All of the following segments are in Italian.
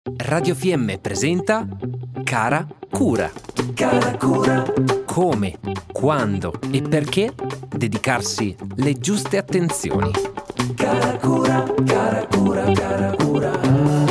Radio FM presenta Cara Cura. Cara Cura. Come, quando e perché dedicarsi le giuste attenzioni. Cara Cura, cara cura, cara cura.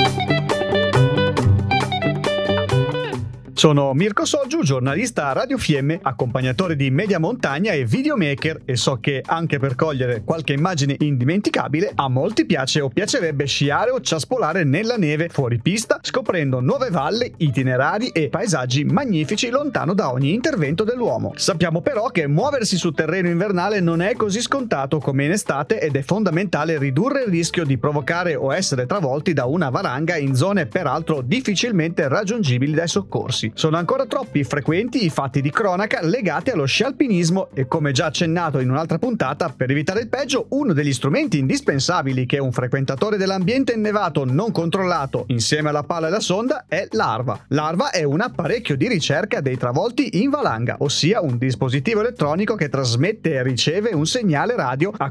Sono Mirko Soggiu, giornalista a Radio FM, accompagnatore di Media Montagna e videomaker, e so che anche per cogliere qualche immagine indimenticabile a molti piace o piacerebbe sciare o ciaspolare nella neve fuori pista, scoprendo nuove valli, itinerari e paesaggi magnifici lontano da ogni intervento dell'uomo. Sappiamo però che muoversi su terreno invernale non è così scontato come in estate ed è fondamentale ridurre il rischio di provocare o essere travolti da una valanga in zone peraltro difficilmente raggiungibili dai soccorsi. Sono ancora troppi frequenti i fatti di cronaca legati allo sci alpinismo e, come già accennato in un'altra puntata, per evitare il peggio, uno degli strumenti indispensabili che un frequentatore dell'ambiente innevato non controllato insieme alla pala e la sonda è l'ARVA. L'ARVA è un apparecchio di ricerca dei travolti in valanga, ossia un dispositivo elettronico che trasmette e riceve un segnale radio a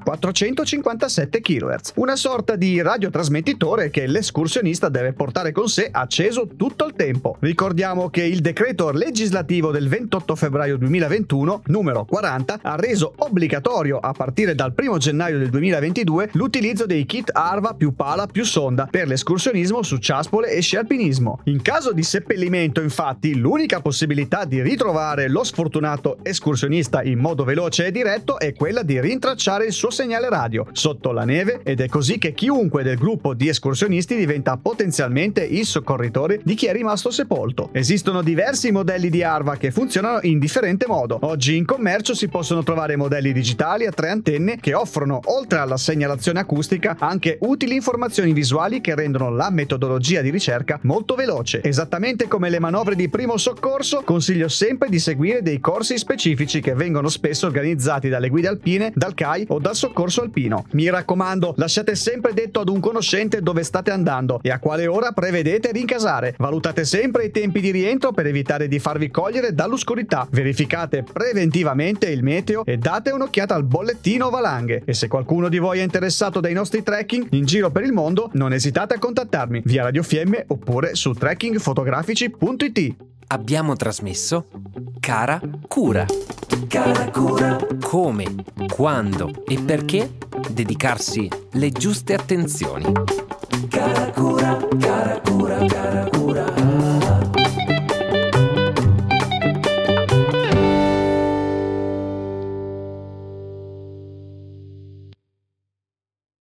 457 kHz, una sorta di radiotrasmettitore che l'escursionista deve portare con sé acceso tutto il tempo. Ricordiamo che il decreto legislativo del 28 febbraio 2021, numero 40, ha reso obbligatorio a partire dal 1 gennaio del 2022 l'utilizzo dei kit ARVA più pala più sonda per l'escursionismo su ciaspole e sci alpinismo. In caso di seppellimento, infatti, l'unica possibilità di ritrovare lo sfortunato escursionista in modo veloce e diretto è quella di rintracciare il suo segnale radio sotto la neve, ed è così che chiunque del gruppo di escursionisti diventa potenzialmente il soccorritore di chi è rimasto sepolto. Esistono diversi modelli di ARVA che funzionano in differente modo. Oggi in commercio si possono trovare modelli digitali a 3 antenne che offrono, oltre alla segnalazione acustica, anche utili informazioni visuali che rendono la metodologia di ricerca molto veloce. Esattamente come le manovre di primo soccorso, consiglio sempre di seguire dei corsi specifici che vengono spesso organizzati dalle guide alpine, dal CAI o dal soccorso alpino. Mi raccomando, lasciate sempre detto ad un conoscente dove state andando e a quale ora prevedete rincasare. Valutate sempre i tempi di rientro per evitare di farvi cogliere dall'oscurità. Verificate preventivamente il meteo e date un'occhiata al bollettino valanghe. E se qualcuno di voi è interessato dai nostri trekking in giro per il mondo, non esitate a contattarmi via Radio FM oppure su trekkingfotografici.it. Abbiamo trasmesso Cara Cura. Cara Cura. Come, quando e perché dedicarsi le giuste attenzioni. Cara Cura, cara cura, cara cura.